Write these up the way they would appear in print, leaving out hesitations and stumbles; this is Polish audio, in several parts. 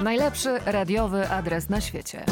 Najlepszy radiowy adres na świecie.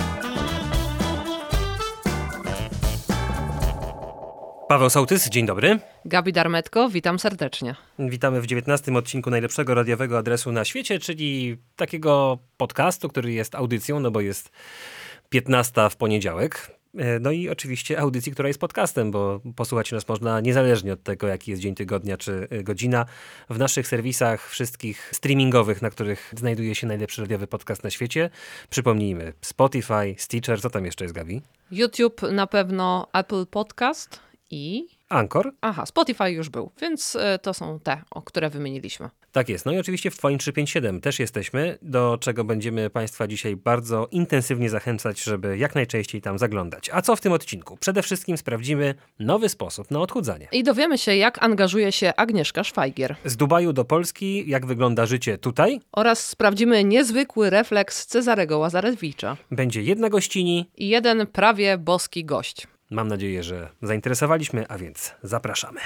Paweł Sołtys, dzień dobry. Gabi Darmetko, witam serdecznie. Witamy w 19. odcinku najlepszego radiowego adresu na świecie, czyli takiego podcastu, który jest audycją, no bo jest 15 w poniedziałek. No i oczywiście audycji, która jest podcastem, bo posłuchać nas można niezależnie od tego, jaki jest dzień tygodnia czy godzina, w naszych serwisach wszystkich streamingowych, na których znajduje się najlepszy radiowy podcast na świecie. Przypomnijmy, Spotify, Stitcher, co tam jeszcze jest, Gabi? YouTube na pewno, Apple Podcast i... Anchor. Aha, Spotify już był, więc to są te, o które wymieniliśmy. Tak jest. No i oczywiście w Twoim 357 też jesteśmy, do czego będziemy Państwa dzisiaj bardzo intensywnie zachęcać, żeby jak najczęściej tam zaglądać. A co w tym odcinku? Przede wszystkim sprawdzimy nowy sposób na odchudzanie. I dowiemy się, jak angażuje się Agnieszka Szwajgier. Z Dubaju do Polski, jak wygląda życie tutaj. Oraz sprawdzimy niezwykły refleks Cezarego Łazarewicza. Będzie jedna gościni I jeden prawie boski gość. Mam nadzieję, że zainteresowaliśmy, a więc zapraszamy.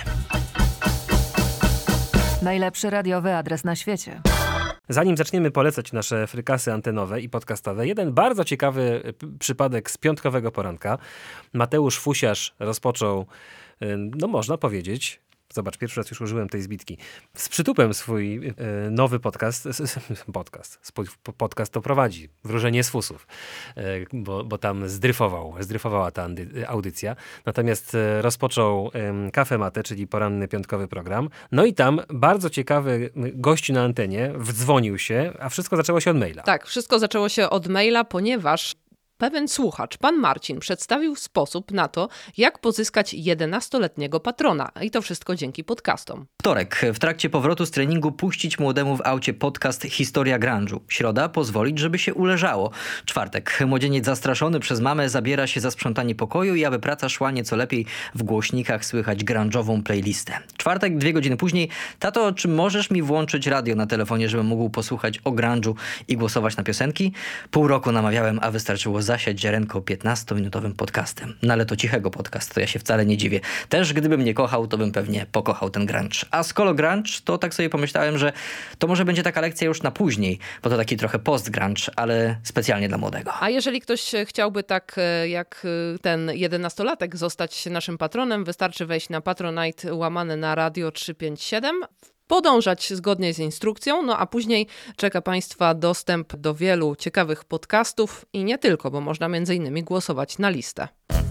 Najlepszy radiowy adres na świecie. Zanim zaczniemy polecać nasze frykasy antenowe i podcastowe, jeden bardzo ciekawy przypadek z piątkowego poranka. Mateusz Fusiarz rozpoczął, no można powiedzieć, zobacz, pierwszy raz już użyłem tej zbitki, z przytupem swój nowy podcast to prowadzi, Wróżenie z fusów, bo tam zdryfowała ta audycja. Natomiast rozpoczął Cafe Mate, czyli poranny piątkowy program. No i tam bardzo ciekawy gość na antenie wdzwonił się, a wszystko zaczęło się od maila. Tak, wszystko zaczęło się od maila, ponieważ pewien słuchacz, pan Marcin, przedstawił sposób na to, jak pozyskać 11-letniego patrona. I to wszystko dzięki podcastom. Wtorek. W trakcie powrotu z treningu puścić młodemu w aucie podcast Historia grunge'u. Środa. Pozwolić, żeby się uleżało. Czwartek. Młodzieniec zastraszony przez mamę zabiera się za sprzątanie pokoju i aby praca szła nieco lepiej, w głośnikach słychać grunge'ową playlistę. Czwartek. 2 godziny później. Tato, czy możesz mi włączyć radio na telefonie, żebym mógł posłuchać o grunge'u i głosować na piosenki? Pół roku namawiałem, a wystarczyło zasiać ziarenko 15-minutowym podcastem. No ale to cichego podcast, to ja się wcale nie dziwię. Też gdybym nie kochał, to bym pewnie pokochał ten grunge. A skoro grunge, to tak sobie pomyślałem, że to może będzie taka lekcja już na później, bo to taki trochę post-grunge, ale specjalnie dla młodego. A jeżeli ktoś chciałby tak jak ten 11-latek zostać naszym patronem, wystarczy wejść na Patronite łamane na Radio 357, podążać zgodnie z instrukcją, no a później czeka Państwa dostęp do wielu ciekawych podcastów i nie tylko, bo można m.in. głosować na listę.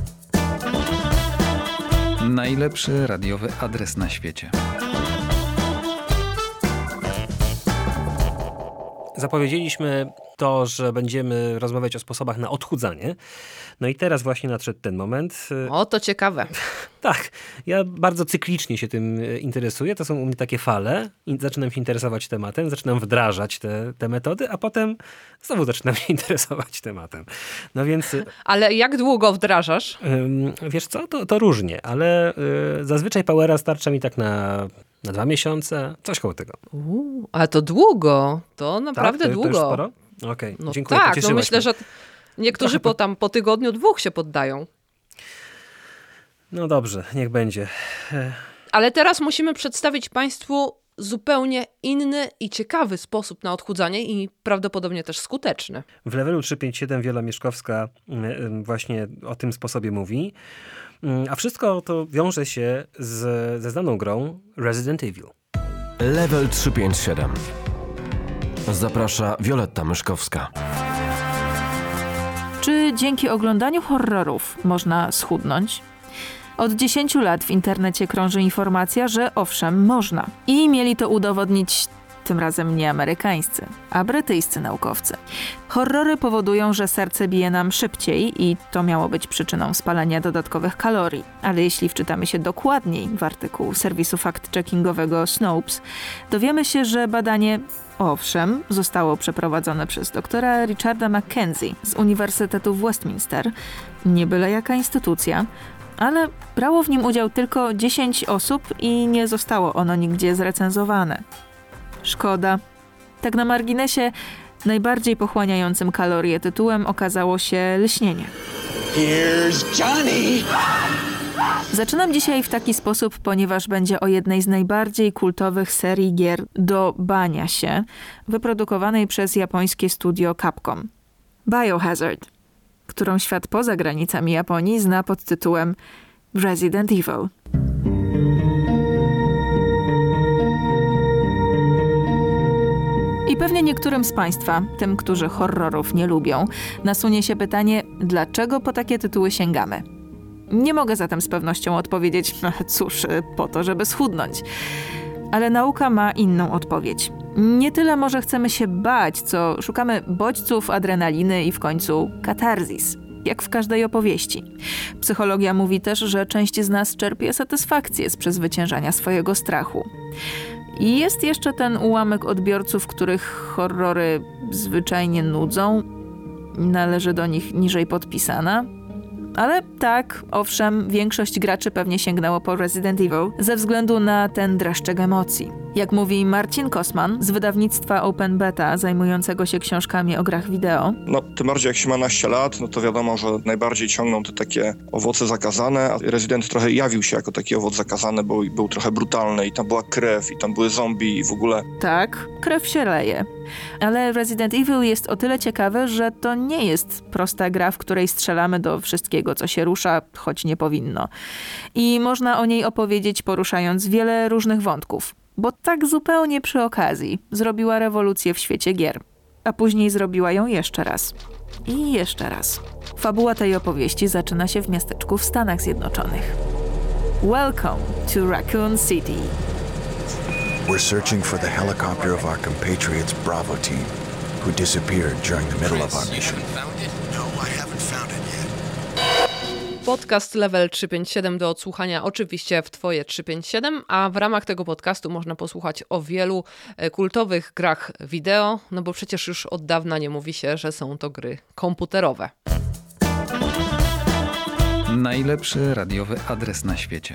Najlepszy radiowy adres na świecie. Zapowiedzieliśmy to, że będziemy rozmawiać o sposobach na odchudzanie. No i teraz właśnie nadszedł ten moment. O, to ciekawe. Tak, ja bardzo cyklicznie się tym interesuję. To są u mnie takie fale. Zaczynam się interesować tematem, zaczynam wdrażać te metody, a potem znowu zaczynam się interesować tematem. No więc... Ale jak długo wdrażasz? Wiesz co, to różnie, ale zazwyczaj powera starcza mi tak na 2 miesiące, coś koło tego. Ale to długo, to naprawdę tak? długo. To już sporo? Okej, no dziękuję, tak, no myślę, mnie. że niektórzy po tygodniu 2 się poddają. No dobrze, niech będzie. Ale teraz musimy przedstawić Państwu zupełnie inny i ciekawy sposób na odchudzanie i prawdopodobnie też skuteczny. W levelu 357 Wiola Mieszkowska właśnie o tym sposobie mówi. A wszystko to wiąże się ze znaną grą Resident Evil. Level 357. Zaprasza Wioletta Myszkowska. Czy dzięki oglądaniu horrorów można schudnąć? Od 10 lat w internecie krąży informacja, że owszem, można. I mieli to udowodnić tym razem nie amerykańscy, a brytyjscy naukowcy. Horrory powodują, że serce bije nam szybciej i to miało być przyczyną spalania dodatkowych kalorii. Ale jeśli wczytamy się dokładniej w artykuł serwisu fact-checkingowego Snopes, dowiemy się, że badanie, owszem, zostało przeprowadzone przez doktora Richarda Mackenzie z Uniwersytetu w Westminster, nie byle jaka instytucja, ale brało w nim udział tylko 10 osób i nie zostało ono nigdzie zrecenzowane. Szkoda. Tak na marginesie, najbardziej pochłaniającym kalorie tytułem okazało się lśnienie. Here's Johnny! Zaczynam dzisiaj w taki sposób, ponieważ będzie o jednej z najbardziej kultowych serii gier do bania się, wyprodukowanej przez japońskie studio Capcom. Biohazard, którą świat poza granicami Japonii zna pod tytułem Resident Evil. I pewnie niektórym z Państwa, tym, którzy horrorów nie lubią, nasunie się pytanie, dlaczego po takie tytuły sięgamy? Nie mogę zatem z pewnością odpowiedzieć, cóż, po to, żeby schudnąć. Ale nauka ma inną odpowiedź. Nie tyle może chcemy się bać, co szukamy bodźców, adrenaliny i w końcu katarzis. Jak w każdej opowieści. Psychologia mówi też, że część z nas czerpie satysfakcję z przezwyciężania swojego strachu. I jest jeszcze ten ułamek odbiorców, których horrory zwyczajnie nudzą. Należy do nich niżej podpisana. Ale tak, owszem, większość graczy pewnie sięgnęło po Resident Evil ze względu na ten dreszczyk emocji. Jak mówi Marcin Kosman z wydawnictwa Open Beta zajmującego się książkami o grach wideo. No, tym bardziej jak się ma naście lat, no to wiadomo, że najbardziej ciągną te takie owoce zakazane, a Resident trochę jawił się jako taki owoc zakazany, bo był trochę brutalny i tam była krew, i tam były zombie i w ogóle. Tak, krew się leje. Ale Resident Evil jest o tyle ciekawe, że to nie jest prosta gra, w której strzelamy do wszystkiego, co się rusza, choć nie powinno. I można o niej opowiedzieć, poruszając wiele różnych wątków. Bo tak zupełnie przy okazji zrobiła rewolucję w świecie gier. A później zrobiła ją jeszcze raz. I jeszcze raz. Fabuła tej opowieści zaczyna się w miasteczku w Stanach Zjednoczonych. Welcome to Raccoon City. We're searching for the helicopter of our compatriots Bravo team, who disappeared during the middle of our mission. No, I haven't found it yet. Podcast Level 357 do odsłuchania oczywiście w Twoje 357, a w ramach tego podcastu można posłuchać o wielu kultowych grach wideo, no bo przecież już od dawna nie mówi się, że są to gry komputerowe. Najlepszy radiowy adres na świecie.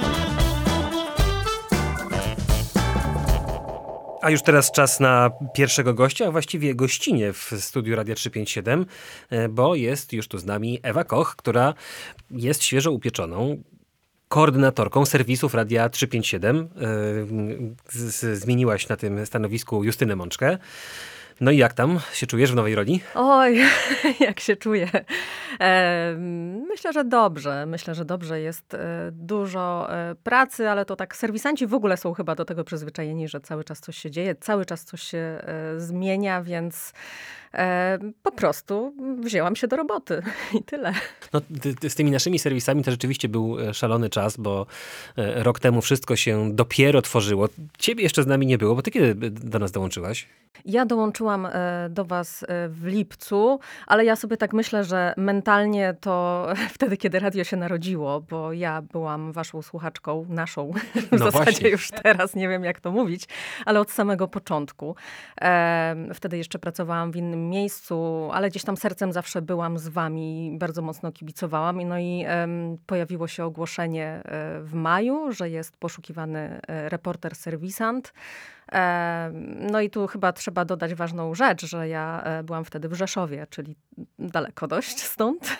A już teraz czas na pierwszego gościa, a właściwie gościnie w studiu Radia 357, bo jest już tu z nami Ewa Koch, która jest świeżo upieczoną koordynatorką serwisów Radia 357. Zmieniłaś na tym stanowisku Justynę Mączkę. No i jak tam się czujesz w nowej roli? Oj, jak się czuję. Myślę, że dobrze. Myślę, że dobrze. Jest dużo pracy, ale to tak serwisanci w ogóle są chyba do tego przyzwyczajeni, że cały czas coś się dzieje, cały czas coś się zmienia, więc po prostu wzięłam się do roboty i tyle. No, z tymi naszymi serwisami to rzeczywiście był szalony czas, bo rok temu wszystko się dopiero tworzyło. Ciebie jeszcze z nami nie było, bo ty kiedy do nas dołączyłaś? Ja dołączyłam do was w lipcu, ale ja sobie tak myślę, że mentalnie to wtedy, kiedy radio się narodziło, bo ja byłam waszą słuchaczką, naszą w zasadzie właśnie. już teraz, nie wiem jak to mówić, ale od samego początku. Wtedy jeszcze pracowałam w innym miejscu, ale gdzieś tam sercem zawsze byłam z wami, bardzo mocno kibicowałam. No i pojawiło się ogłoszenie w maju, że jest poszukiwany reporter serwisant. No i tu chyba trzeba dodać ważną rzecz, że ja byłam wtedy w Rzeszowie, czyli daleko dość stąd.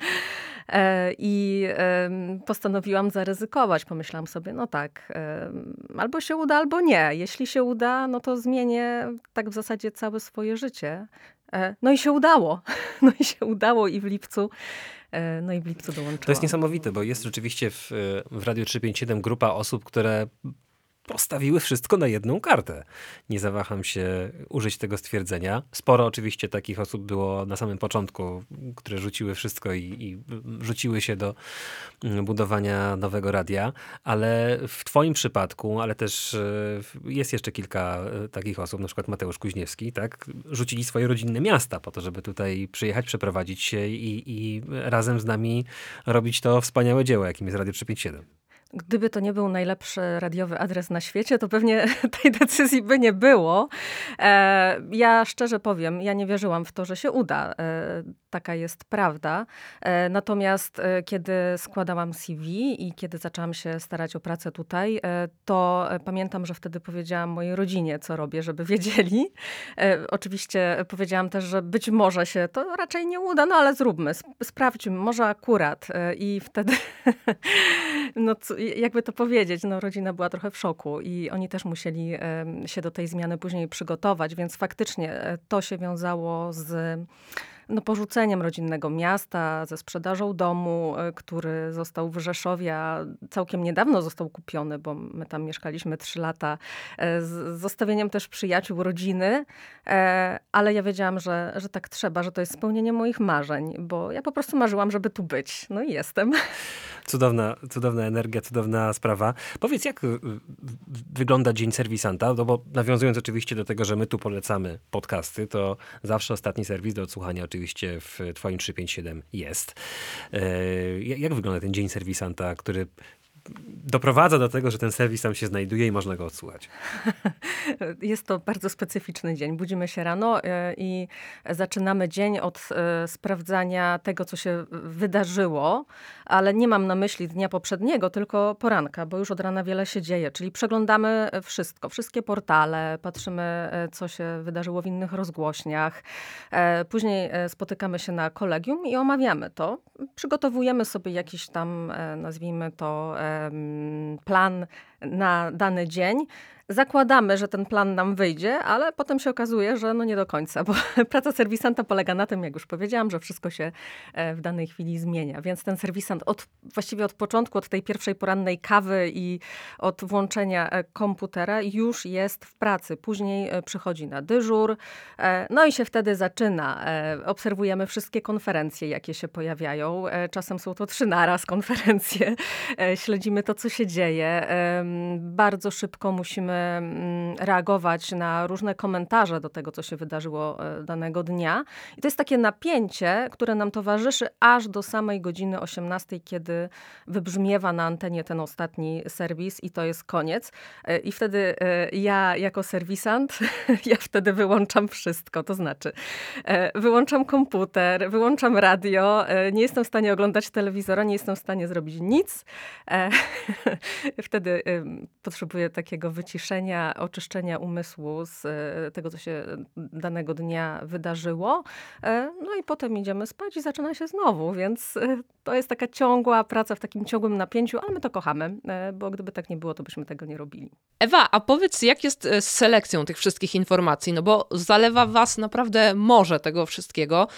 I postanowiłam zaryzykować. Pomyślałam sobie, no tak, albo się uda, albo nie. Jeśli się uda, no to zmienię tak w zasadzie całe swoje życie. No i się udało. No i się udało i w lipcu dołączyłam. To jest niesamowite, bo jest rzeczywiście w Radiu 357 grupa osób, które postawiły wszystko na jedną kartę. Nie zawaham się użyć tego stwierdzenia. Sporo oczywiście takich osób było na samym początku, które rzuciły wszystko i rzuciły się do budowania nowego radia, ale w twoim przypadku, ale też jest jeszcze kilka takich osób, na przykład Mateusz Kuźniewski, tak? Rzucili swoje rodzinne miasta po to, żeby tutaj przyjechać, przeprowadzić się i razem z nami robić to wspaniałe dzieło, jakim jest Radio 357. Gdyby to nie był najlepszy radiowy adres na świecie, to pewnie tej decyzji by nie było. Ja szczerze powiem, ja nie wierzyłam w to, że się uda. taka jest prawda. Natomiast kiedy składałam CV i kiedy zaczęłam się starać o pracę tutaj, to pamiętam, że wtedy powiedziałam mojej rodzinie, co robię, żeby wiedzieli. Oczywiście powiedziałam też, że być może się to raczej nie uda, no ale zróbmy, sprawdźmy, może akurat. I wtedy, no jakby to powiedzieć, no rodzina była trochę w szoku i oni też musieli się do tej zmiany później przygotować, więc faktycznie to się wiązało z porzuceniem rodzinnego miasta, ze sprzedażą domu, który został w Rzeszowie, a całkiem niedawno został kupiony, bo my tam mieszkaliśmy 3 lata, z zostawieniem też przyjaciół, rodziny, ale ja wiedziałam, że tak trzeba, że to jest spełnienie moich marzeń, bo ja po prostu marzyłam, żeby tu być. No i jestem. Cudowna energia, cudowna sprawa. Powiedz, jak wygląda dzień serwisanta? No bo nawiązując oczywiście do tego, że my tu polecamy podcasty, to zawsze ostatni serwis do odsłuchania oczywiście w twoim 357 jest. Jak wygląda ten dzień serwisanta, który doprowadza do tego, że ten serwis tam się znajduje i można go odsłuchać? Jest to bardzo specyficzny dzień. Budzimy się rano i zaczynamy dzień od sprawdzania tego, co się wydarzyło, ale nie mam na myśli dnia poprzedniego, tylko poranka, bo już od rana wiele się dzieje, czyli przeglądamy wszystko, wszystkie portale, patrzymy, co się wydarzyło w innych rozgłośniach. Później spotykamy się na kolegium i omawiamy to. Przygotowujemy sobie jakiś tam, nazwijmy to, plan na dany dzień. Zakładamy, że ten plan nam wyjdzie, ale potem się okazuje, że nie do końca, bo praca serwisanta polega na tym, jak już powiedziałam, że wszystko się w danej chwili zmienia. Więc ten serwisant właściwie od początku, od tej pierwszej porannej kawy i od włączenia komputera już jest w pracy. Później przychodzi na dyżur, no i się wtedy zaczyna. Obserwujemy wszystkie konferencje, jakie się pojawiają. Czasem są to 3 naraz konferencje. Śledzimy to, co się dzieje. Bardzo szybko musimy reagować na różne komentarze do tego, co się wydarzyło danego dnia. I to jest takie napięcie, które nam towarzyszy aż do samej godziny 18, kiedy wybrzmiewa na antenie ten ostatni serwis i to jest koniec. I wtedy ja jako serwisant, ja wtedy wyłączam wszystko. To znaczy wyłączam komputer, wyłączam radio, nie jestem w stanie oglądać telewizora, nie jestem w stanie zrobić nic. Wtedy potrzebuję takiego wyciszenia, oczyszczenia umysłu z tego, co się danego dnia wydarzyło. No i potem idziemy spać i zaczyna się znowu, więc to jest taka ciągła praca w takim ciągłym napięciu, ale my to kochamy, bo gdyby tak nie było, to byśmy tego nie robili. Ewa, a powiedz, jak jest z selekcją tych wszystkich informacji? No bo zalewa was naprawdę morze tego wszystkiego.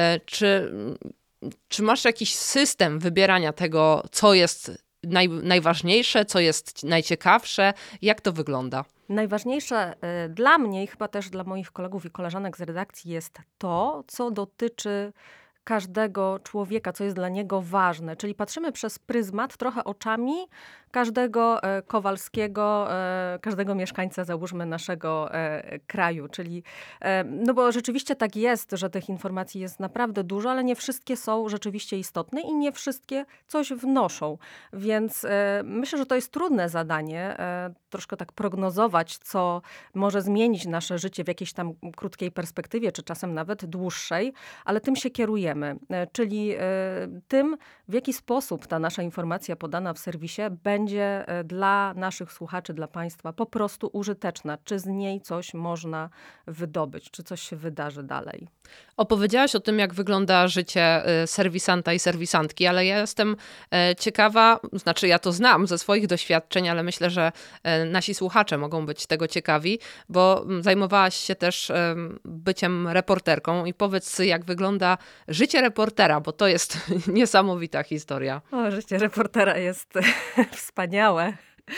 Czy masz jakiś system wybierania tego, co jest najważniejsze, co jest najciekawsze? Jak to wygląda? Najważniejsze dla mnie i chyba też dla moich kolegów i koleżanek z redakcji jest to, co dotyczy każdego człowieka, co jest dla niego ważne. Czyli patrzymy przez pryzmat, trochę oczami każdego Kowalskiego, każdego mieszkańca, załóżmy, naszego kraju. Czyli, no bo rzeczywiście tak jest, że tych informacji jest naprawdę dużo, ale nie wszystkie są rzeczywiście istotne i nie wszystkie coś wnoszą. Więc myślę, że to jest trudne zadanie, troszkę tak prognozować, co może zmienić nasze życie w jakiejś tam krótkiej perspektywie, czy czasem nawet dłuższej, ale tym się kierujemy. Czyli tym, w jaki sposób ta nasza informacja podana w serwisie będzie dla naszych słuchaczy, dla państwa po prostu użyteczna. Czy z niej coś można wydobyć, czy coś się wydarzy dalej. Opowiedziałaś o tym, jak wygląda życie serwisanta i serwisantki, ale ja jestem ciekawa, znaczy ja to znam ze swoich doświadczeń, ale myślę, że nasi słuchacze mogą być tego ciekawi, bo zajmowałaś się też byciem reporterką i powiedz, jak wygląda życie reportera, bo to jest niesamowita historia. O, życie reportera jest wspaniałe.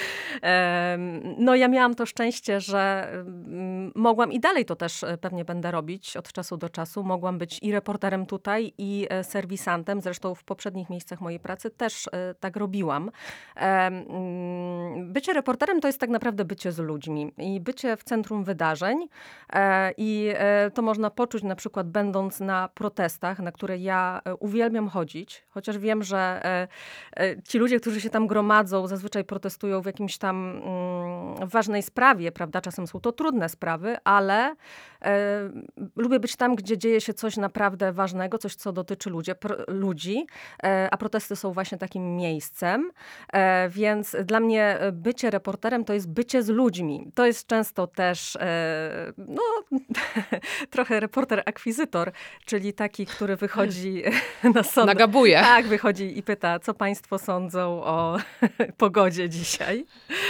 No ja miałam to szczęście, że mogłam i dalej to też pewnie będę robić od czasu do czasu. Mogłam być i reporterem tutaj, i serwisantem. Zresztą w poprzednich miejscach mojej pracy też tak robiłam. Bycie reporterem to jest tak naprawdę bycie z ludźmi i bycie w centrum wydarzeń. I to można poczuć na przykład będąc na protestach, na które ja uwielbiam chodzić. Chociaż wiem, że ci ludzie, którzy się tam gromadzą, zazwyczaj protestują w jakimś tam ważnej sprawie, prawda? Czasem są to trudne sprawy, ale lubię być tam, gdzie dzieje się coś naprawdę ważnego, coś, co dotyczy ludzi, a protesty są właśnie takim miejscem. Więc dla mnie bycie reporterem to jest bycie z ludźmi. To jest często też trochę reporter-akwizytor, czyli taki, który wychodzi na sąd. Nagabuje. Tak, wychodzi i pyta, co państwo sądzą o pogodzie dzisiaj.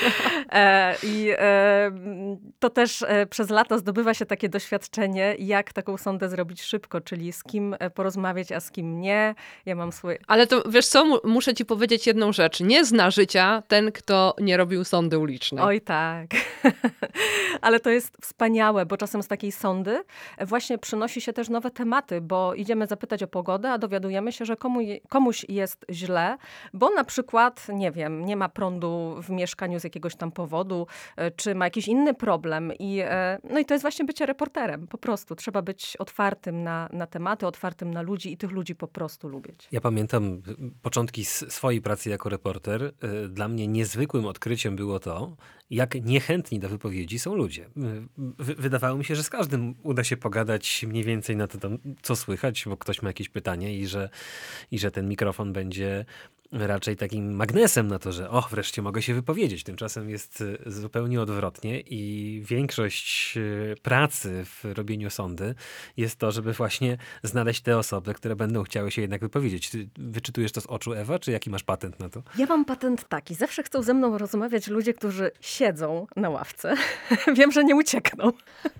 To też przez lata zdobywa się takie doświadczenie, jak taką sondę zrobić szybko, czyli z kim porozmawiać, a z kim nie. Ja mam swoje... Ale to wiesz co, muszę ci powiedzieć jedną rzecz. Nie zna życia ten, kto nie robił sądy ulicznej. Oj tak. Ale to jest wspaniałe, bo czasem z takiej sądy właśnie przynosi się też nowe tematy, bo idziemy zapytać o pogodę, a dowiadujemy się, że komuś jest źle, bo na przykład, nie wiem, nie ma prądu w mieszkaniu z jakiegoś tam powodu, czy ma jakiś inny problem. I to jest właśnie bycie reporterem. Po prostu trzeba być otwartym na tematy, otwartym na ludzi i tych ludzi po prostu lubić. Ja pamiętam początki swojej pracy jako reporter. Dla mnie niezwykłym odkryciem było to, jak niechętni do wypowiedzi są ludzie. Wydawało mi się, że z każdym uda się pogadać mniej więcej na to, co słychać, bo ktoś ma jakieś pytanie i że ten mikrofon będzie raczej takim magnesem na to, że wreszcie mogę się wypowiedzieć. Tymczasem jest zupełnie odwrotnie i większość pracy w robieniu sondy jest to, żeby właśnie znaleźć te osoby, które będą chciały się jednak wypowiedzieć. Ty wyczytujesz to z oczu, Ewa, czy jaki masz patent na to? Ja mam patent taki. Zawsze chcą ze mną rozmawiać ludzie, którzy siedzą na ławce. Wiem, że nie uciekną.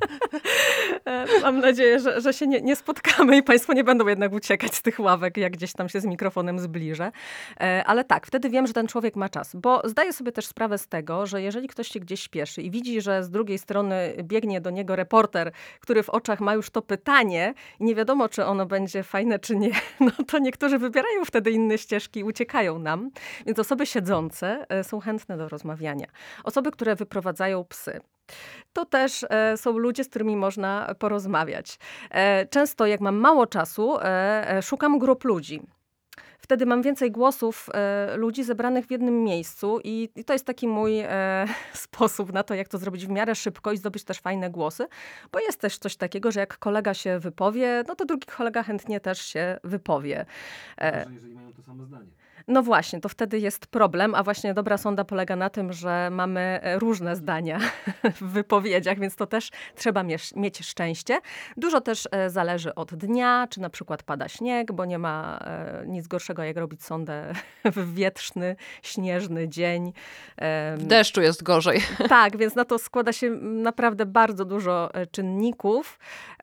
Mam nadzieję, że się nie spotkamy i państwo nie będą jednak uciekać z tych ławek, jak gdzieś tam się z mikrofonem zbliżę. Ale tak, wtedy wiem, że ten człowiek ma czas, bo zdaję sobie też sprawę z tego, że jeżeli ktoś się gdzieś śpieszy i widzi, że z drugiej strony biegnie do niego reporter, który w oczach ma już to pytanie i nie wiadomo, czy ono będzie fajne, czy nie, no to niektórzy wybierają wtedy inne ścieżki i uciekają nam. Więc osoby siedzące są chętne do rozmawiania. Osoby, które wyprowadzają psy. To też są ludzie, z którymi można porozmawiać. Często jak mam mało czasu, szukam grup ludzi. Wtedy mam więcej głosów ludzi zebranych w jednym miejscu i to jest taki mój sposób na to, jak to zrobić w miarę szybko i zdobyć też fajne głosy, bo jest też coś takiego, że jak kolega się wypowie, no to drugi kolega chętnie też się wypowie. Jeżeli mają to samo zdanie. No właśnie, to wtedy jest problem, a właśnie dobra sonda polega na tym, że mamy różne zdania w wypowiedziach, więc to też trzeba mieć szczęście. Dużo też zależy od dnia, czy na przykład pada śnieg, bo nie ma nic gorszego, jak robić sondę w wietrzny, śnieżny dzień. W deszczu jest gorzej. Tak, więc na to składa się naprawdę bardzo dużo czynników,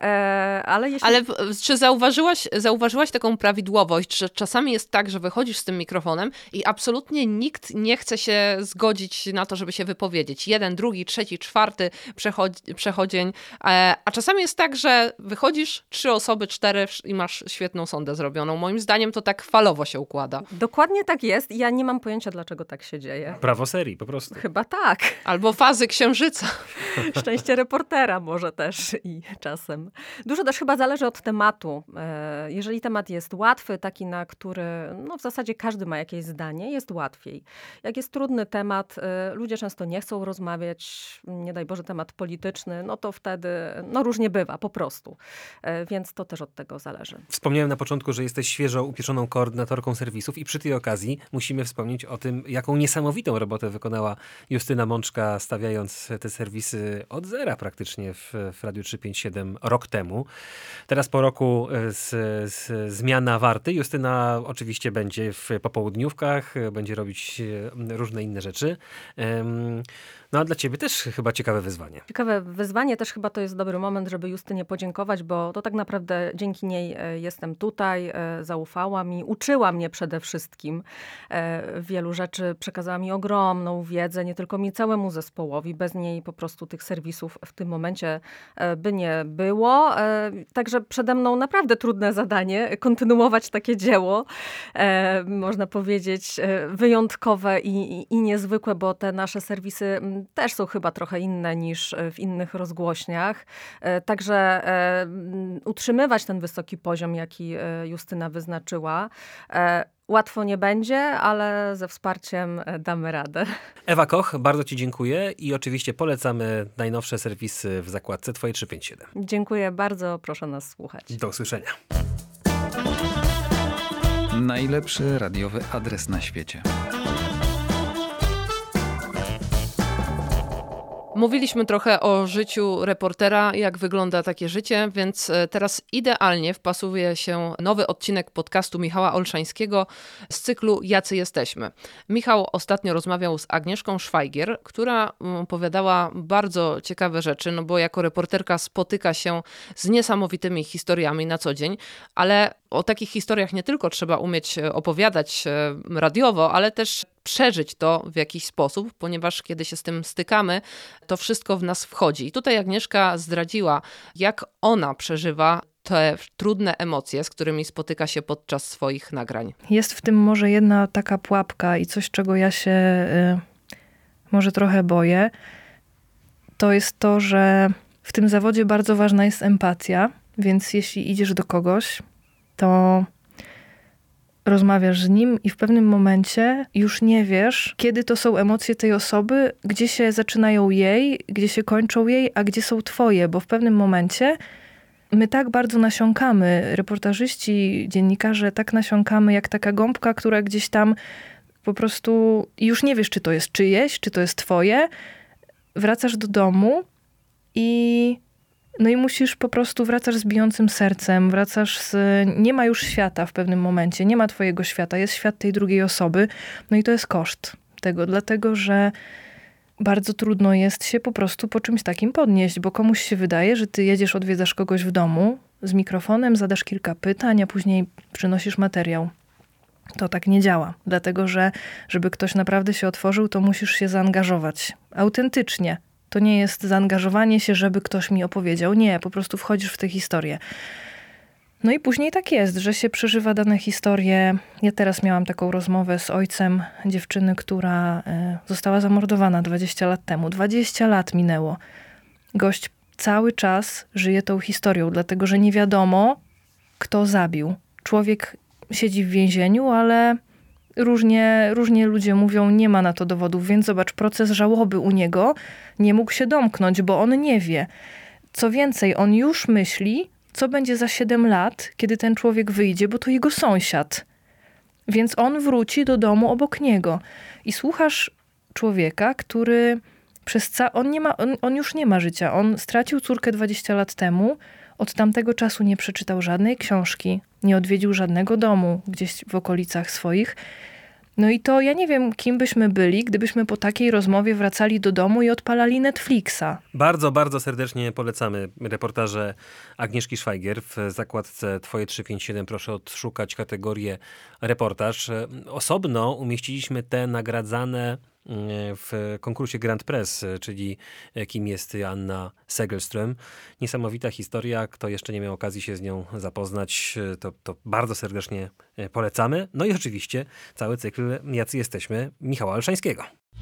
ale jeśli... Ale czy zauważyłaś taką prawidłowość, że czasami jest tak, że wychodzisz z tym mikrofonem i absolutnie nikt nie chce się zgodzić na to, żeby się wypowiedzieć. 1, 2, 3, 4 przechodzień. A czasami jest tak, że wychodzisz 3 osoby, 4 i masz świetną sondę zrobioną. Moim zdaniem to tak falowo się układa. Dokładnie tak jest. Ja nie mam pojęcia, dlaczego tak się dzieje. Prawo serii, po prostu. Chyba tak. Albo fazy księżyca. Szczęście reportera może też i czasem. Dużo też chyba zależy od tematu. Jeżeli temat jest łatwy, taki, na który w zasadzie każdy ma jakieś zdanie, jest łatwiej. Jak jest trudny temat, ludzie często nie chcą rozmawiać, nie daj Boże temat polityczny, no to wtedy różnie bywa po prostu. Więc to też od tego zależy. Wspomniałem na początku, że jesteś świeżo upieczoną koordynatorką serwisów i przy tej okazji musimy wspomnieć o tym, jaką niesamowitą robotę wykonała Justyna Mączka, stawiając te serwisy od zera praktycznie w Radiu 357 rok temu. Teraz po roku zmiana warty. Justyna oczywiście będzie w popołudniówkach, będzie robić różne inne rzeczy. No a dla ciebie też chyba ciekawe wyzwanie. Ciekawe wyzwanie, też chyba to jest dobry moment, żeby Justynie podziękować, bo to tak naprawdę dzięki niej jestem tutaj, zaufała mi, uczyła mnie przede wszystkim wielu rzeczy, przekazała mi ogromną wiedzę, nie tylko mi, całemu zespołowi. Bez niej po prostu tych serwisów w tym momencie by nie było. Także przede mną naprawdę trudne zadanie, kontynuować takie dzieło, można powiedzieć wyjątkowe i niezwykłe, bo te nasze serwisy też są chyba trochę inne niż w innych rozgłośniach. Także utrzymywać ten wysoki poziom, jaki Justyna wyznaczyła. Łatwo nie będzie, ale ze wsparciem damy radę. Ewa Koch, bardzo Ci dziękuję i oczywiście polecamy najnowsze serwisy w zakładce Twoje 357. Dziękuję bardzo, proszę nas słuchać. Do usłyszenia. Najlepszy radiowy adres na świecie. Mówiliśmy trochę o życiu reportera, jak wygląda takie życie, więc teraz idealnie wpasuje się nowy odcinek podcastu Michała Olszańskiego z cyklu Jacy jesteśmy. Michał ostatnio rozmawiał z Agnieszką Szwajgier, która opowiadała bardzo ciekawe rzeczy, no bo jako reporterka spotyka się z niesamowitymi historiami na co dzień, ale o takich historiach nie tylko trzeba umieć opowiadać radiowo, ale też przeżyć to w jakiś sposób, ponieważ kiedy się z tym stykamy, to wszystko w nas wchodzi. I tutaj Agnieszka zdradziła, jak ona przeżywa te trudne emocje, z którymi spotyka się podczas swoich nagrań. Jest w tym może jedna taka pułapka i coś, czego ja się może trochę boję. To jest to, że w tym zawodzie bardzo ważna jest empatia, więc jeśli idziesz do kogoś, to rozmawiasz z nim i w pewnym momencie już nie wiesz, kiedy to są emocje tej osoby, gdzie się zaczynają jej, gdzie się kończą jej, a gdzie są twoje, bo w pewnym momencie my tak bardzo nasiąkamy, reportażyści, dziennikarze tak nasiąkamy jak taka gąbka, która gdzieś tam po prostu już nie wiesz, czy to jest czyjeś, czy to jest twoje. Wracasz do domu i musisz po prostu, wracasz z bijącym sercem, nie ma już świata w pewnym momencie, nie ma twojego świata, jest świat tej drugiej osoby. No i to jest koszt tego, dlatego że bardzo trudno jest się po prostu po czymś takim podnieść, bo komuś się wydaje, że ty jedziesz, odwiedzasz kogoś w domu z mikrofonem, zadasz kilka pytań, a później przynosisz materiał. To tak nie działa, dlatego że żeby ktoś naprawdę się otworzył, to musisz się zaangażować autentycznie. To nie jest zaangażowanie się, żeby ktoś mi opowiedział. Nie, po prostu wchodzisz w tę historię. No i później tak jest, że się przeżywa dane historie. Ja teraz miałam taką rozmowę z ojcem dziewczyny, która została zamordowana 20 lat temu. 20 lat minęło. Gość cały czas żyje tą historią, dlatego że nie wiadomo, kto zabił. Człowiek siedzi w więzieniu, ale różnie ludzie mówią, nie ma na to dowodów, więc zobacz, proces żałoby u niego nie mógł się domknąć, bo on nie wie. Co więcej, on już myśli, co będzie za 7 lat, kiedy ten człowiek wyjdzie, bo to jego sąsiad. Więc on wróci do domu obok niego. I słuchasz człowieka, który on już nie ma życia. On stracił córkę 20 lat temu, od tamtego czasu nie przeczytał żadnej książki, nie odwiedził żadnego domu gdzieś w okolicach swoich. No i to ja nie wiem, kim byśmy byli, gdybyśmy po takiej rozmowie wracali do domu i odpalali Netflixa. Bardzo, bardzo serdecznie polecamy reportaże Agnieszki Szwajgier. W zakładce Twoje 357 proszę odszukać kategorię reportaż. Osobno umieściliśmy te nagradzane w konkursie Grand Press, czyli kim jest Joanna Segelström. Niesamowita historia. Kto jeszcze nie miał okazji się z nią zapoznać, to bardzo serdecznie polecamy. No i oczywiście cały cykl Jacy jesteśmy Michała Olszańskiego.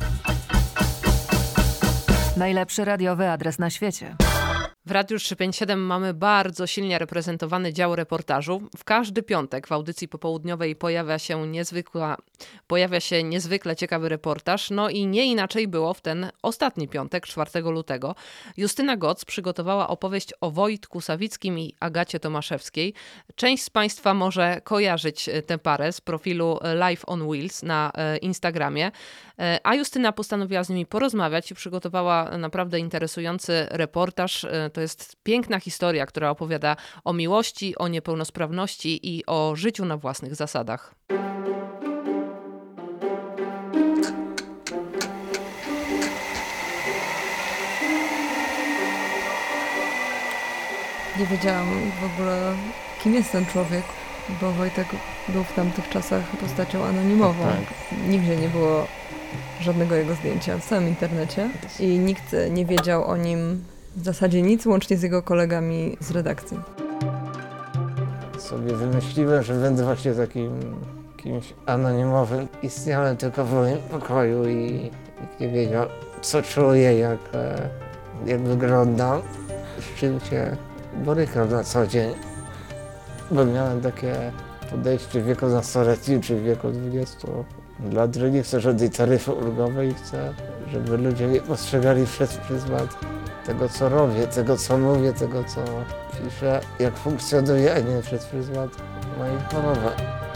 Najlepszy radiowy adres na świecie. W Radiu 357 mamy bardzo silnie reprezentowany dział reportażu. W każdy piątek w audycji popołudniowej pojawia się niezwykle ciekawy reportaż. No i nie inaczej było w ten ostatni piątek, 4 lutego. Justyna Goc przygotowała opowieść o Wojtku Sawickim i Agacie Tomaszewskiej. Część z Państwa może kojarzyć tę parę z profilu Life on Wheels na Instagramie. A Justyna postanowiła z nimi porozmawiać i przygotowała naprawdę interesujący reportaż. To jest piękna historia, która opowiada o miłości, o niepełnosprawności i o życiu na własnych zasadach. Nie wiedziałam w ogóle, kim jest ten człowiek, bo Wojtek był w tamtych czasach postacią anonimową. Tak. Nigdzie nie było żadnego jego zdjęcia w całym internecie i nikt nie wiedział o nim w zasadzie nic, łącznie z jego kolegami z redakcji. Sobie wymyśliłem, że będę właśnie takim kimś anonimowym. Istniałem tylko w moim pokoju i Nikt nie wiedział, co czuję, jak wyglądam, z czym się borykam na co dzień. Bo miałem takie podejście w wieku nastoletnim czy w wieku 20 lat, że nie chcę żadnej taryfy ulgowej, chcę, żeby ludzie mnie postrzegali przez pryzmat tego, co robię, tego, co mówię, tego, co piszę, jak funkcjonuję, a nie przez pryzmat mojej choroby.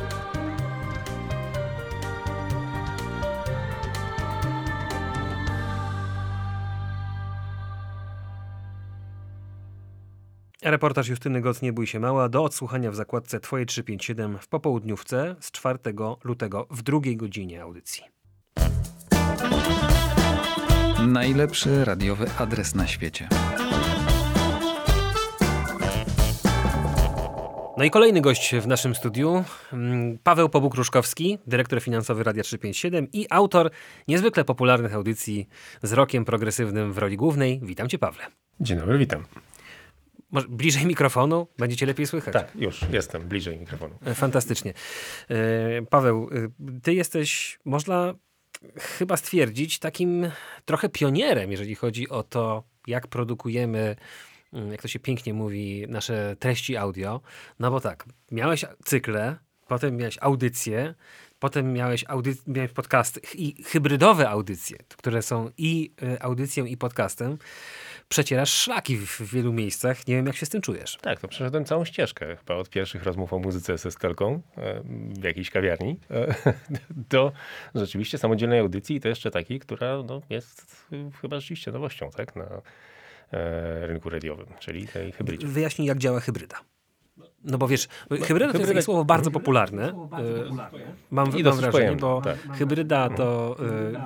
Reportaż Justyny Goc, Nie bój się mała, do odsłuchania w zakładce Twoje 357 w popołudniówce z 4 lutego w 2 godzinie audycji. Najlepszy radiowy adres na świecie. No i kolejny gość w naszym studiu, Paweł Pobuk-Ruszkowski, dyrektor finansowy Radia 357 i autor niezwykle popularnych audycji z rockiem progresywnym w roli głównej. Witam Cię, Pawle. Dzień dobry, witam. Może bliżej mikrofonu? Będziecie lepiej słychać. Tak, już jestem bliżej mikrofonu. Fantastycznie. Paweł, ty jesteś, można chyba stwierdzić, takim trochę pionierem, jeżeli chodzi o to, jak produkujemy, jak to się pięknie mówi, nasze treści audio. No bo tak, miałeś cykle, potem miałeś audycje, potem miałeś podcasty i hybrydowe audycje, które są i audycją, i podcastem. Przecierasz szlaki w wielu miejscach. Nie wiem, jak się z tym czujesz. Tak, to przeszedłem całą ścieżkę. Chyba od pierwszych rozmów o muzyce ze Stelką w jakiejś kawiarni do rzeczywiście samodzielnej audycji i to jeszcze takiej, która jest chyba rzeczywiście nowością, tak, na rynku radiowym, czyli tej hybrydzie. Wyjaśnij, jak działa hybryda. No bo wiesz, hybryda to jest takie słowo bardzo popularne. Mam wrażenie, bo tak. Hybryda to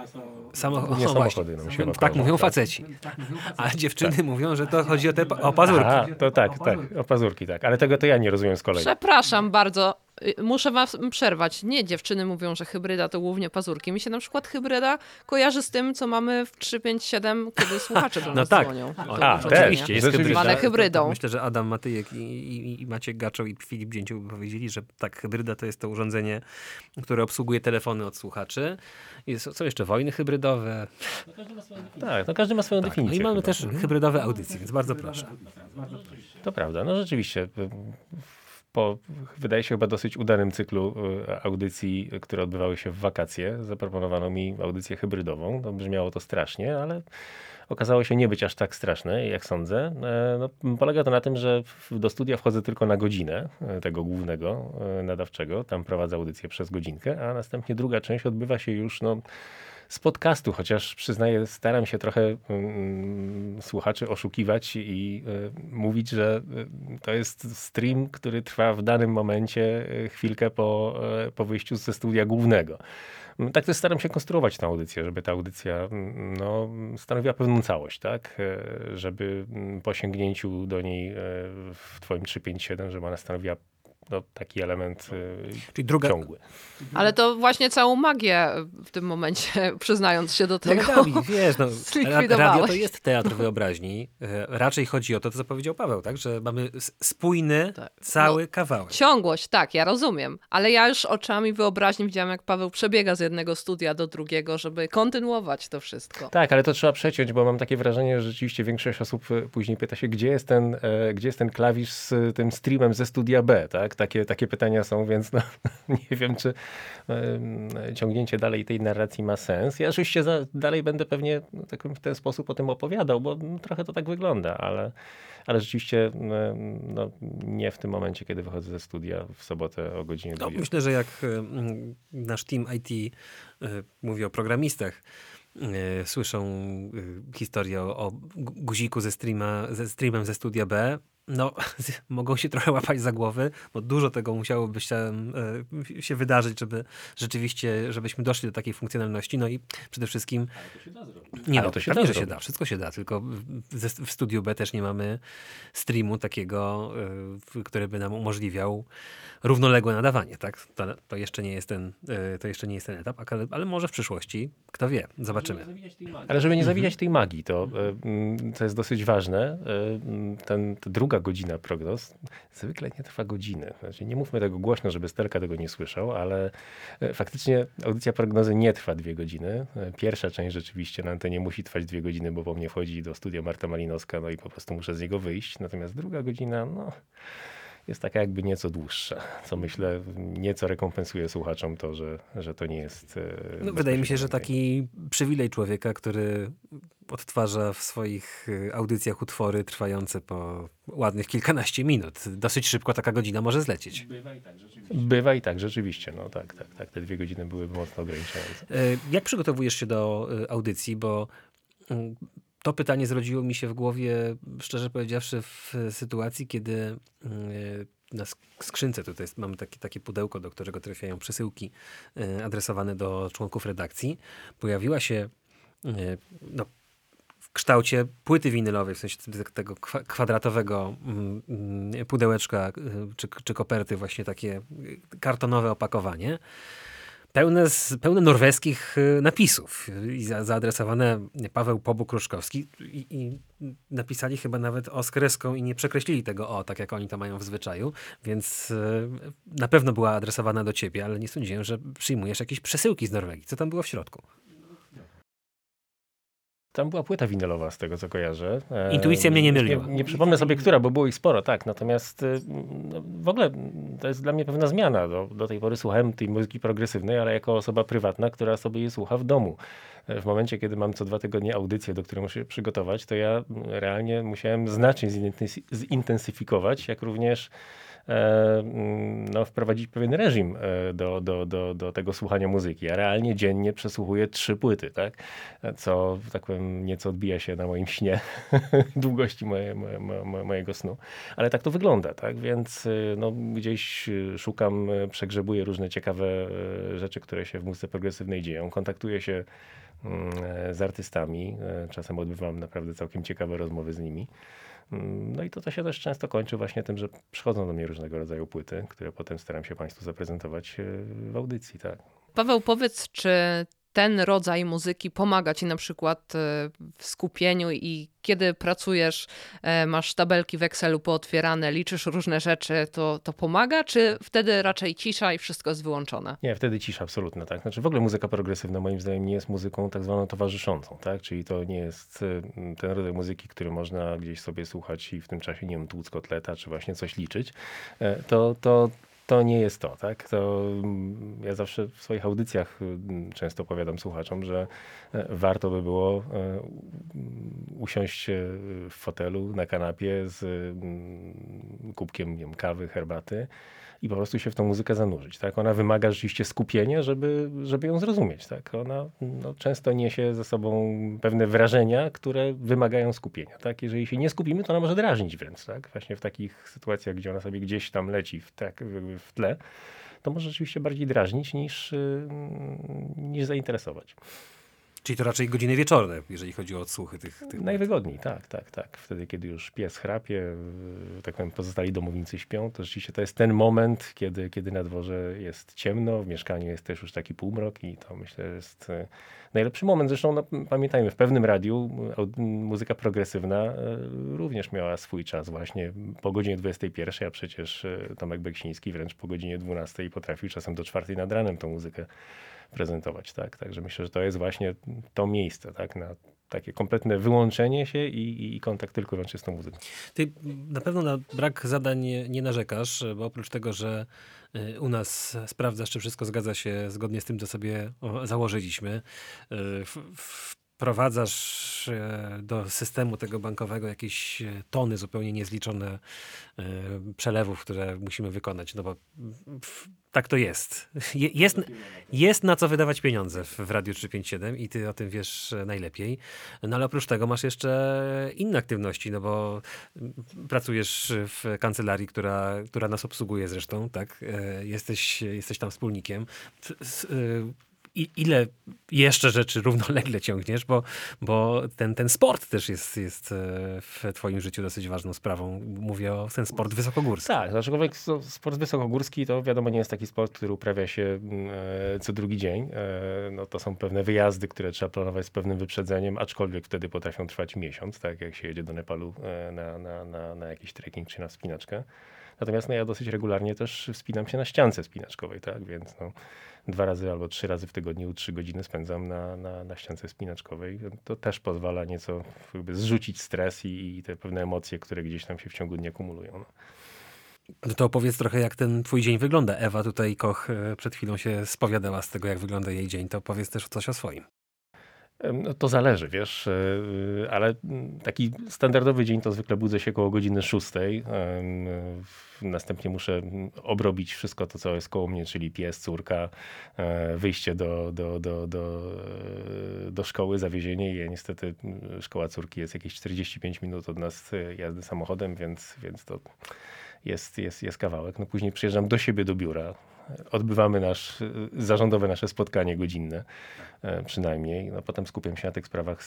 samochody nam się tak mówią faceci. A dziewczyny mówią, że to chodzi o pazurki. Aha, to tak, o pazurki, tak. Ale tego to ja nie rozumiem z kolei. Przepraszam bardzo. Muszę was przerwać. Nie, dziewczyny mówią, że hybryda to głównie pazurki. Mi się na przykład hybryda kojarzy z tym, co mamy w 357, kiedy słuchacze do nas dzwonią. Oczywiście, jest hybrydą. Myślę, że Adam Matyjek i Maciek Gaczoł i Filip Dzięcioł powiedzieli, że tak, hybryda to jest to urządzenie, które obsługuje telefony od słuchaczy. Są jeszcze wojny hybrydowe. Tak, każdy ma swoją definicję. No i mamy też hybrydowe audycje, więc bardzo proszę. To prawda, no rzeczywiście. Po, wydaje się, chyba dosyć udanym cyklu audycji, które odbywały się w wakacje, zaproponowano mi audycję hybrydową. No, brzmiało to strasznie, ale okazało się nie być aż tak straszne, jak sądzę. Polega to na tym, że do studia wchodzę tylko na godzinę tego głównego nadawczego. Tam prowadzę audycję przez godzinkę, a następnie druga część odbywa się już z podcastu, chociaż przyznaję, staram się trochę słuchaczy oszukiwać i mówić, że to jest stream, który trwa w danym momencie chwilkę po wyjściu ze studia głównego. Tak też staram się konstruować tę audycję, żeby ta audycja stanowiła pewną całość, tak? Żeby po sięgnięciu do niej w twoim 357, żeby ona stanowiła taki element czyli ciągły. Ale to właśnie całą magię w tym momencie, przyznając się do tego, wiesz, radio to jest teatr wyobraźni. Raczej chodzi o to, co powiedział Paweł, tak? Że mamy spójny cały kawałek. Ciągłość, tak, ja rozumiem. Ale ja już oczami wyobraźni widziałam, jak Paweł przebiega z jednego studia do drugiego, żeby kontynuować to wszystko. Tak, ale to trzeba przeciąć, bo mam takie wrażenie, że rzeczywiście większość osób później pyta się, gdzie jest ten klawisz z tym streamem ze studia B, tak? Takie pytania są, więc nie wiem, czy ciągnięcie dalej tej narracji ma sens. Ja oczywiście dalej będę pewnie w ten sposób o tym opowiadał, bo trochę to tak wygląda, ale rzeczywiście nie w tym momencie, kiedy wychodzę ze studia w sobotę o godzinie 20. Myślę, że jak nasz team IT mówi o programistach, słyszą historię o guziku ze streamem ze studia B, mogą się trochę łapać za głowy, bo dużo tego musiałoby się wydarzyć, żeby rzeczywiście, żebyśmy doszli do takiej funkcjonalności. No i przede wszystkim że się da, wszystko się da, tylko w studiu B też nie mamy streamu takiego, który by nam umożliwiał równoległe nadawanie, tak? To jeszcze nie jest ten etap, ale może w przyszłości, kto wie, zobaczymy. Ale żeby nie zawijać tej magii, to co jest dosyć ważne, ta druga godzina prognoz. Zwykle nie trwa godziny. Znaczy, nie mówmy tego głośno, żeby Sterka tego nie słyszał, ale faktycznie audycja prognozy nie trwa 2 godziny. Pierwsza część rzeczywiście na antenie musi trwać 2 godziny, bo po mnie wchodzi do studia Marta Malinowska, no i po prostu muszę z niego wyjść. Natomiast druga godzina, no, jest taka jakby nieco dłuższa, co myślę nieco rekompensuje słuchaczom to, że to nie jest... No, wydaje mi się, że taki przywilej człowieka, który odtwarza w swoich audycjach utwory trwające po ładnych kilkanaście minut. Dosyć szybko taka godzina może zlecieć. Bywa i tak, rzeczywiście. No tak. Te 2 godziny były mocno ograniczające. Jak przygotowujesz się do audycji? Bo to pytanie zrodziło mi się w głowie, szczerze powiedziawszy, w sytuacji, kiedy na skrzynce tutaj mamy takie pudełko, do którego trafiają przesyłki adresowane do członków redakcji. Pojawiła się w kształcie płyty winylowej, w sensie tego kwadratowego pudełeczka czy koperty, właśnie takie kartonowe opakowanie. Pełne norweskich napisów i zaadresowane Paweł Pobuk-Kruszkowski i napisali chyba nawet O z kreską i nie przekreślili tego O, tak jak oni to mają w zwyczaju, więc na pewno była adresowana do ciebie, ale nie sądziłem, że przyjmujesz jakieś przesyłki z Norwegii. Co tam było w środku? Tam była płyta winylowa, z tego co kojarzę. Intuicja mnie nie myliła. Nie przypomnę sobie, która, bo było ich sporo, tak. Natomiast w ogóle to jest dla mnie pewna zmiana. Do tej pory słuchałem tej muzyki progresywnej, ale jako osoba prywatna, która sobie je słucha w domu. W momencie, kiedy mam co 2 tygodnie audycję, do której muszę się przygotować, to ja realnie musiałem znacznie zintensyfikować, jak również wprowadzić pewien reżim do tego słuchania muzyki. Ja realnie dziennie przesłuchuję 3 płyty, tak? Co, tak powiem, nieco odbija się na moim śnie, długości mojego snu. Ale tak to wygląda, tak? Więc gdzieś szukam, przegrzebuję różne ciekawe rzeczy, które się w muzyce progresywnej dzieją. Kontaktuję się z artystami. Czasem odbywam naprawdę całkiem ciekawe rozmowy z nimi. No i to się też często kończy właśnie tym, że przychodzą do mnie różnego rodzaju płyty, które potem staram się Państwu zaprezentować w audycji, tak. Paweł, powiedz, czy ten rodzaj muzyki pomaga ci na przykład w skupieniu i kiedy pracujesz, masz tabelki w Excelu pootwierane, liczysz różne rzeczy, to pomaga, czy wtedy raczej cisza i wszystko jest wyłączone? Nie, wtedy cisza absolutna, tak. Znaczy w ogóle muzyka progresywna moim zdaniem nie jest muzyką tak zwaną towarzyszącą, tak. Czyli to nie jest ten rodzaj muzyki, który można gdzieś sobie słuchać i w tym czasie, nie wiem, tłuc kotleta, czy właśnie coś liczyć. To nie jest to, tak? To ja zawsze w swoich audycjach często opowiadam słuchaczom, że warto by było usiąść w fotelu, na kanapie z kubkiem, nie wiem, kawy, herbaty i po prostu się w tą muzykę zanurzyć, tak? Ona wymaga rzeczywiście skupienia, żeby ją zrozumieć, tak? Ona często niesie ze sobą pewne wrażenia, które wymagają skupienia, tak? Jeżeli się nie skupimy, to ona może drażnić wręcz, tak? Właśnie w takich sytuacjach, gdzie ona sobie gdzieś tam leci w tle, to może rzeczywiście bardziej drażnić niż zainteresować. Czyli to raczej godziny wieczorne, jeżeli chodzi o odsłuchy tych... Najwygodniej, tak. Wtedy, kiedy już pies chrapie, tak powiem, pozostali domownicy śpią, to rzeczywiście to jest ten moment, kiedy na dworze jest ciemno, w mieszkaniu jest też już taki półmrok i to myślę, że jest najlepszy moment. Zresztą pamiętajmy, w pewnym radiu muzyka progresywna również miała swój czas właśnie po godzinie 21, a przecież Tomek Beksiński wręcz po godzinie 12 potrafił czasem do 4 nad ranem tą muzykę prezentować, tak? Także myślę, że to jest właśnie to miejsce, tak? Na takie kompletne wyłączenie się i kontakt tylko i wyłącznie z tą muzyką. Ty na pewno na brak zadań nie narzekasz, bo oprócz tego, że u nas sprawdzasz, czy wszystko zgadza się zgodnie z tym, co sobie założyliśmy, wprowadzasz do systemu tego bankowego jakieś tony zupełnie niezliczone przelewów, które musimy wykonać, no bo tak to jest. Jest na co wydawać pieniądze w Radiu 357 i ty o tym wiesz najlepiej. No ale oprócz tego masz jeszcze inne aktywności, no bo pracujesz w kancelarii, która nas obsługuje zresztą, tak? Jesteś tam wspólnikiem. ile jeszcze rzeczy równolegle ciągniesz, bo ten sport też jest w twoim życiu dosyć ważną sprawą. Mówię o ten sport wysokogórski. Tak, aczkolwiek sport wysokogórski to wiadomo nie jest taki sport, który uprawia się co drugi dzień. No to są pewne wyjazdy, które trzeba planować z pewnym wyprzedzeniem, aczkolwiek wtedy potrafią trwać miesiąc, tak jak się jedzie do Nepalu na jakiś trekking czy na wspinaczkę. Natomiast ja dosyć regularnie też wspinam się na ściance wspinaczkowej, tak, więc 2 razy albo 3 razy w tygodniu 3 godziny spędzam na ściance wspinaczkowej. To też pozwala nieco jakby zrzucić stres i te pewne emocje, które gdzieś tam się w ciągu dnia kumulują. No to opowiedz trochę, jak ten twój dzień wygląda. Ewa tutaj Koch przed chwilą się spowiadała z tego, jak wygląda jej dzień. To powiedz też coś o swoim. No to zależy, wiesz, ale taki standardowy dzień to zwykle budzę się koło godziny 6. Następnie muszę obrobić wszystko to, co jest koło mnie, czyli pies, córka, wyjście do szkoły, zawiezienie jej. Niestety szkoła córki jest jakieś 45 minut od nas jazdy samochodem, więc to jest kawałek. No później przyjeżdżam do siebie do biura. Odbywamy zarządowe nasze spotkanie godzinne przynajmniej. No, potem skupiam się na tych sprawach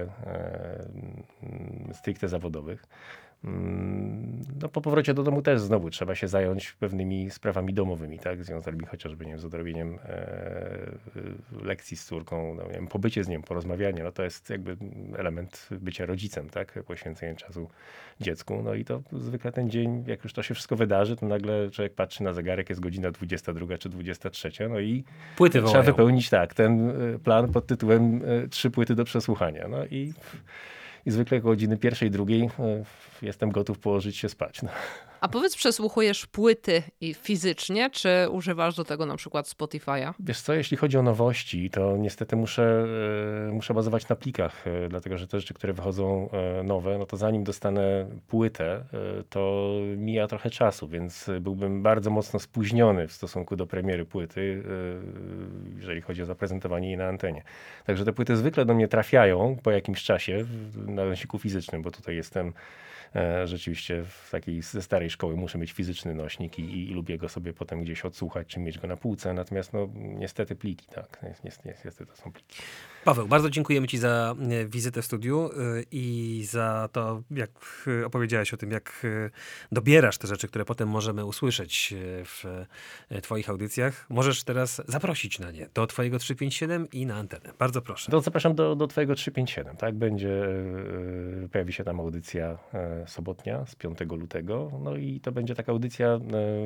stricte zawodowych. No, po powrocie do domu też znowu trzeba się zająć pewnymi sprawami domowymi, tak? Związanymi chociażby z odrobieniem lekcji z córką, pobycie z nią, porozmawianie. No, to jest jakby element bycia rodzicem, tak? Poświęcenie czasu dziecku. No i to zwykle ten dzień, jak już to się wszystko wydarzy, to nagle człowiek patrzy na zegarek, jest godzina 22 czy 23. No i płyty trzeba wołają. wypełnić ten plan pod tytułem 3 płyty do przesłuchania. No i zwykle około godziny 1, 2 jestem gotów położyć się spać. No. A powiedz, przesłuchujesz płyty i fizycznie, czy używasz do tego na przykład Spotify'a? Wiesz co, jeśli chodzi o nowości, to niestety muszę bazować na plikach, dlatego że te rzeczy, które wychodzą nowe, no to zanim dostanę płytę, to mija trochę czasu, więc byłbym bardzo mocno spóźniony w stosunku do premiery płyty, jeżeli chodzi o zaprezentowanie jej na antenie. Także te płyty zwykle do mnie trafiają po jakimś czasie na nosiku fizycznym, bo tutaj jestem rzeczywiście ze starej szkoły muszę mieć fizyczny nośnik i lubię go sobie potem gdzieś odsłuchać, czy mieć go na półce. Natomiast niestety pliki, tak. Niestety to są pliki. Paweł, bardzo dziękujemy ci za wizytę w studiu i za to, jak opowiedziałeś o tym, jak dobierasz te rzeczy, które potem możemy usłyszeć w twoich audycjach. Możesz teraz zaprosić na nie do twojego 357 i na antenę. Bardzo proszę. Zapraszam do twojego 357, tak? Pojawi się tam audycja sobotnia z 5 lutego. No i to będzie taka audycja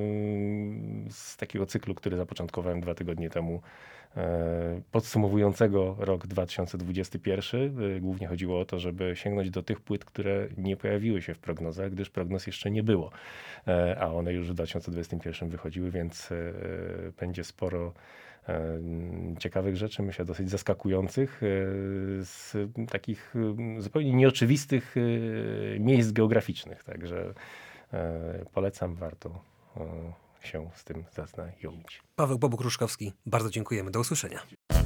z takiego cyklu, który zapoczątkowałem 2 tygodnie temu, podsumowującego rok 2021. Głównie chodziło o to, żeby sięgnąć do tych płyt, które nie pojawiły się w prognozach, gdyż prognoz jeszcze nie było, a one już w 2021 wychodziły, więc będzie sporo ciekawych rzeczy, myślę dosyć zaskakujących, z takich zupełnie nieoczywistych miejsc geograficznych. Także polecam, warto się z tym zaznajomić. Paweł Bobuk-Ruszkowski, bardzo dziękujemy. Do usłyszenia.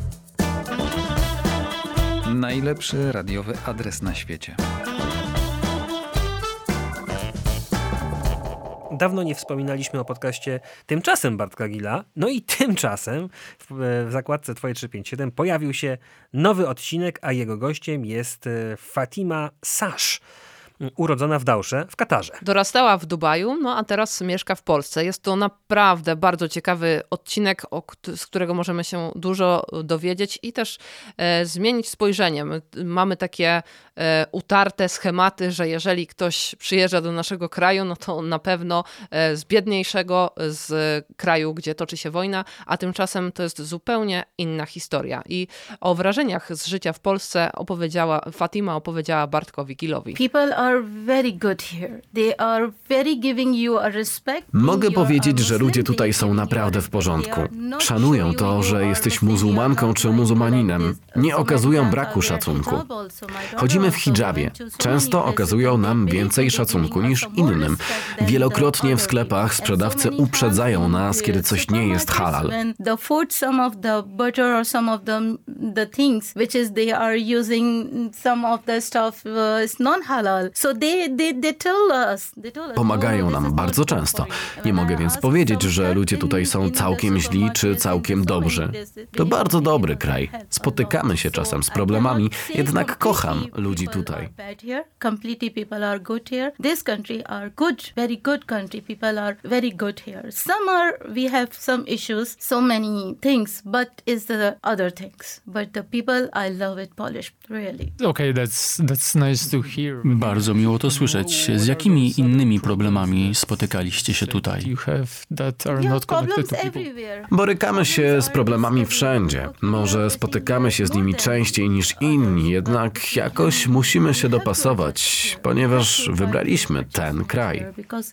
Najlepszy radiowy adres na świecie. Dawno nie wspominaliśmy o podcaście Tymczasem Bartka Gila. No i tymczasem w zakładce Twoje 357 pojawił się nowy odcinek, a jego gościem jest Fatima Sash, urodzona w Dausze w Katarze. Dorastała w Dubaju, no a teraz mieszka w Polsce. Jest to naprawdę bardzo ciekawy odcinek, z którego możemy się dużo dowiedzieć i też zmienić spojrzenie. My mamy takie utarte schematy, że jeżeli ktoś przyjeżdża do naszego kraju, no to na pewno z biedniejszego, z kraju, gdzie toczy się wojna, a tymczasem to jest zupełnie inna historia. I o wrażeniach z życia w Polsce Fatima opowiedziała Bartkowi Gilowi. Mogę powiedzieć, że ludzie tutaj są naprawdę w porządku. Szanują to, że jesteś muzułmanką czy muzułmaninem. Nie okazują braku szacunku. Chodzimy w hidżabie. Często okazują nam więcej szacunku niż innym. Wielokrotnie w sklepach sprzedawcy uprzedzają nas, kiedy coś nie jest halal. Pomagają nam bardzo często. Nie mogę więc powiedzieć, że ludzie tutaj są całkiem źli czy całkiem dobrzy. To bardzo dobry kraj. Spotykamy się czasem z problemami, jednak kocham ludzi tutaj. Bardzo miło to słyszeć. Z jakimi innymi problemami spotykaliście się tutaj? Borykamy się z problemami wszędzie. Może spotykamy się z nimi częściej niż inni, jednak jakoś musimy się dopasować, ponieważ wybraliśmy ten kraj.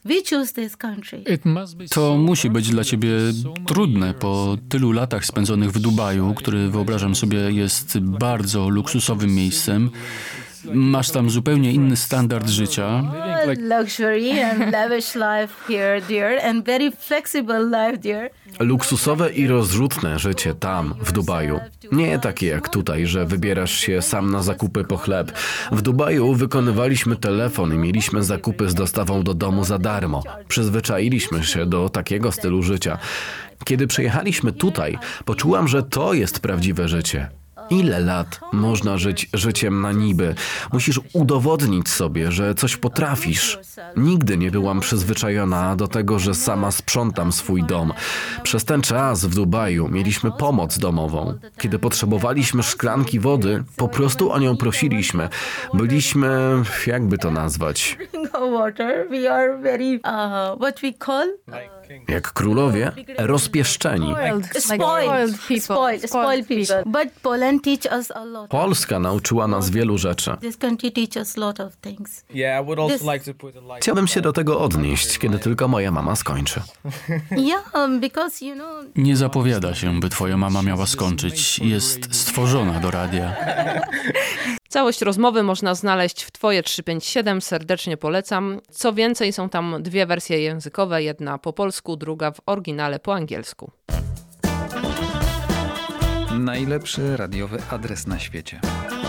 To musi być dla ciebie trudne po tylu latach spędzonych w Dubaju, który wyobrażam sobie jest bardzo luksusowym miejscem. Masz tam zupełnie inny standard życia. Luksusowe i rozrzutne życie tam, w Dubaju. Nie takie jak tutaj, że wybierasz się sam na zakupy po chleb. W Dubaju wykonywaliśmy telefon i mieliśmy zakupy z dostawą do domu za darmo. Przyzwyczailiśmy się do takiego stylu życia. Kiedy przyjechaliśmy tutaj, poczułam, że to jest prawdziwe życie. Ile lat można żyć życiem na niby? Musisz udowodnić sobie, że coś potrafisz. Nigdy nie byłam przyzwyczajona do tego, że sama sprzątam swój dom. Przez ten czas w Dubaju mieliśmy pomoc domową. Kiedy potrzebowaliśmy szklanki wody, po prostu o nią prosiliśmy. Byliśmy, jakby to nazwać? Jak królowie, rozpieszczeni. Polska nauczyła nas wielu rzeczy. Chciałbym się do tego odnieść, kiedy tylko moja mama skończy. Nie zapowiada się, by twoja mama miała skończyć. Jest stworzona do radia. Całość rozmowy można znaleźć w Twoje 357, serdecznie polecam. Co więcej, są tam 2 wersje językowe, jedna po polsku, druga w oryginale po angielsku. Najlepszy radiowy adres na świecie.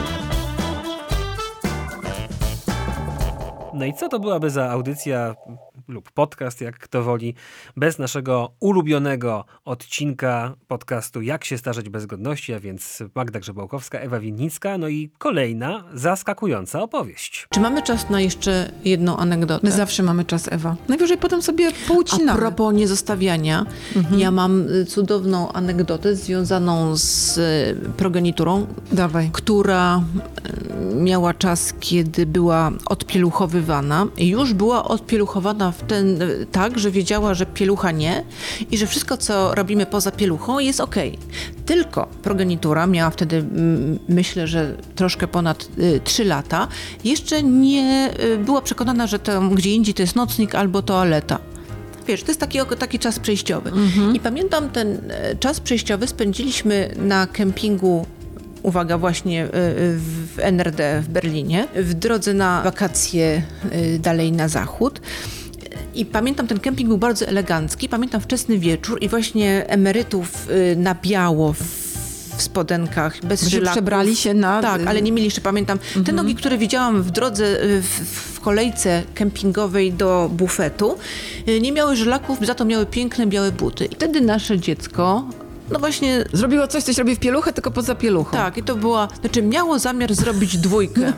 No i co to byłaby za audycja lub podcast, jak kto woli, bez naszego ulubionego odcinka podcastu Jak się starzeć bez godności, a więc Magda Grzebałkowska, Ewa Winnicka, no i kolejna zaskakująca opowieść. Czy mamy czas na jeszcze jedną anegdotę? My zawsze mamy czas, Ewa. Najwyżej potem sobie poucinamy. A propos niezostawiania, ja mam cudowną anegdotę związaną z progeniturą, która miała czas, kiedy była odpieluchowywana. Już była odpieluchowana tak, że wiedziała, że pielucha nie i że wszystko, co robimy poza pieluchą, jest okej. Tylko progenitura miała wtedy, myślę, że troszkę ponad 3 lata, jeszcze nie była przekonana, że to gdzie indziej to jest nocnik albo toaleta. Wiesz, to jest taki czas przejściowy. I pamiętam ten czas przejściowy spędziliśmy na kempingu, uwaga, właśnie w NRD w Berlinie, w drodze na wakacje dalej na zachód. I pamiętam, ten kemping był bardzo elegancki. Pamiętam wczesny wieczór i właśnie emerytów na biało w spodenkach, bez żylaków. Przebrali się na... Tak, ale nie mieli jeszcze, pamiętam, te nogi, które widziałam w drodze w kolejce kempingowej do bufetu, nie miały żylaków, za to miały piękne białe buty. I wtedy nasze dziecko... No właśnie... Zrobiło coś robi w pieluchę, tylko poza pieluchą. Tak, i to była... Znaczy miało zamiar zrobić 2.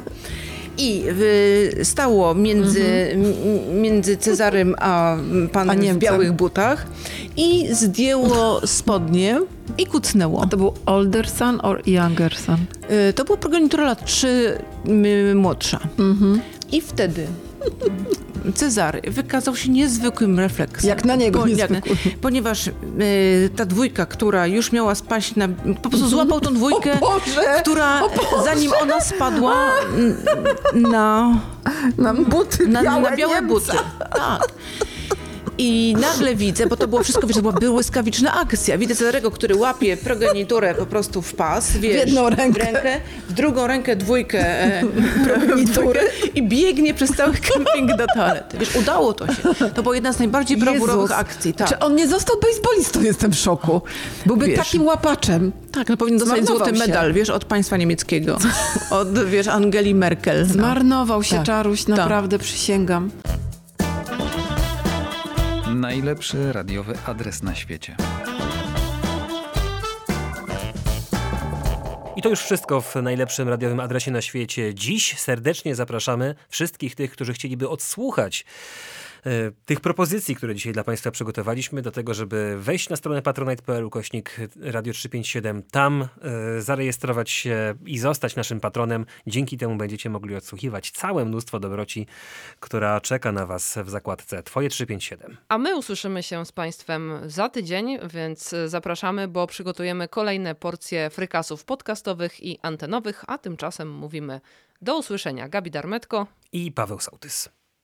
I stało między Cezarym a panem w białych butach i zdjęło spodnie i kucnęło. A to był older son or younger son? To była progenitura lat 3 młodsza. I wtedy Cezary wykazał się niezwykłym refleksem. Jak na niego niezwykłym. Ponieważ ta 2, która już miała spaść po prostu złapał tą 2, która zanim ona spadła na buty na białe buty. Tak. I nagle widzę, bo to było wszystko, wiesz, to była błyskawiczna akcja. Widzę Cezarego, który łapie progeniturę po prostu w pas, wiesz, w jedną rękę, w drugą rękę dwójkę progenitury i biegnie przez cały kemping do toalety. Wiesz, udało to się. To była jedna z najbardziej brawurowych akcji. Tak. Czy on nie został bejsbolistą? Jestem w szoku. Byłby takim łapaczem. Tak, no powinien dostać złoty medal, wiesz, od państwa niemieckiego. Od, wiesz, Angeli Merkel. No. Zmarnował się Czaruś, naprawdę przysięgam. Najlepszy radiowy adres na świecie. I to już wszystko w najlepszym radiowym adresie na świecie. Dziś serdecznie zapraszamy wszystkich tych, którzy chcieliby odsłuchać tych propozycji, które dzisiaj dla Państwa przygotowaliśmy, do tego, żeby wejść na stronę patronite.pl/radio 357, tam zarejestrować się i zostać naszym patronem. Dzięki temu będziecie mogli odsłuchiwać całe mnóstwo dobroci, która czeka na Was w zakładce Twoje 357. A my usłyszymy się z Państwem za tydzień, więc zapraszamy, bo przygotujemy kolejne porcje frykasów podcastowych i antenowych, a tymczasem mówimy do usłyszenia. Gabi Darmetko i Paweł Sołtys.